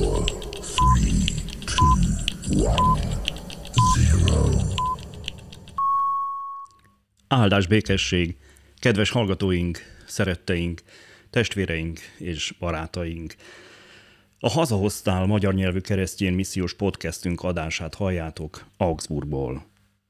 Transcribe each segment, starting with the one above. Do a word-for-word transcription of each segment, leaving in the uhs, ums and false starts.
Áldás békesség, kedves hallgatóink, szeretteink, testvéreink és barátaink! A Hazahoztál magyar nyelvű keresztény missziós podcastünk adását halljátok Augsburgból.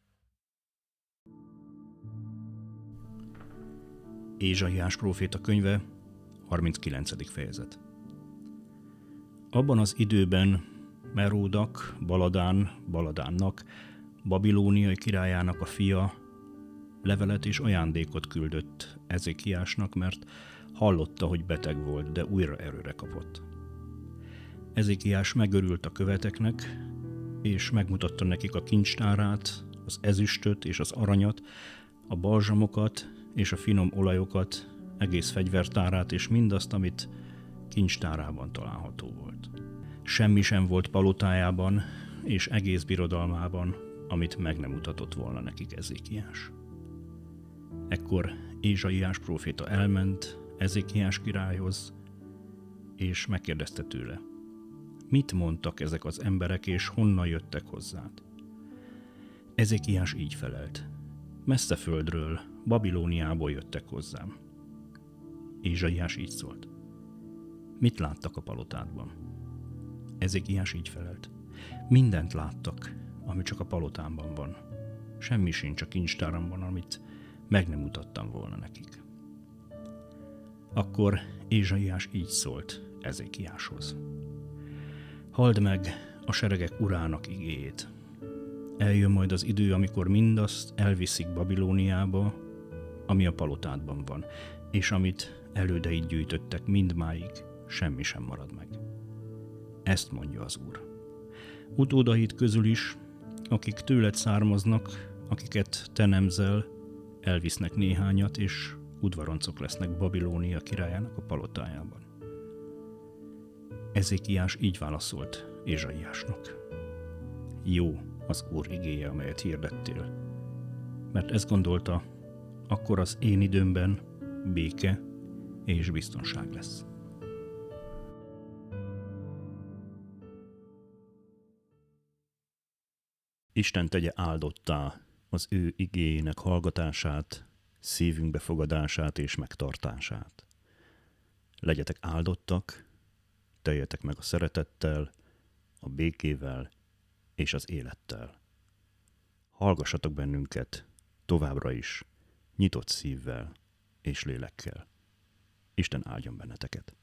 Ézsaiás próféta könyve, harminckilencedik fejezet. Abban az időben Meródak, Baladán, Baladánnak, Babilóniai királyának a fia levelet és ajándékot küldött Ezékiásnak, mert hallotta, hogy beteg volt, de újra erőre kapott. Ezékiás megörült a követeknek, és megmutatta nekik a kincstárát, az ezüstöt és az aranyat, a balzsamokat és a finom olajokat, egész fegyvertárát és mindazt, amit kincstárában található volt. Semmi sem volt palotájában és egész birodalmában, amit meg nem mutatott volna nekik Ezékiás. Ekkor Ézsaiás próféta elment Ezékiás királyhoz, és megkérdezte tőle: mit mondtak ezek az emberek, és honnan jöttek hozzád? Ezékiás így felelt: messze földről, Babilóniából jöttek hozzám. Ézsaiás így szólt: mit láttak a palotádban? Ezékiás így felelt: mindent láttak, ami csak a palotámban van. Semmi sincs a kincstáramban, amit meg nem mutattam volna nekik. Akkor Ézsaiás így szólt Ezékiáshoz: halld meg a seregek urának igéjét. Eljön majd az idő, amikor mindazt elviszik Babilóniába, ami a palotádban van, és amit elődeid gyűjtöttek, mindmáig semmi sem marad meg. Ezt mondja az Úr. Utódaid közül is, akik tőled származnak, akiket te nemzel, elvisznek néhányat, és udvaroncok lesznek Babilónia királyának a palotájában. Ezékiás így válaszolt Ézsaiásnak: jó az Úr igéje, amelyet hirdettél, mert ezt gondolta, akkor az én időmben béke és biztonság lesz. Isten tegye áldottá az ő igéjének hallgatását, szívünk befogadását és megtartását. Legyetek áldottak, teljetek meg a szeretettel, a békével és az élettel. Hallgassatok bennünket továbbra is, nyitott szívvel és lélekkel. Isten áldjon benneteket!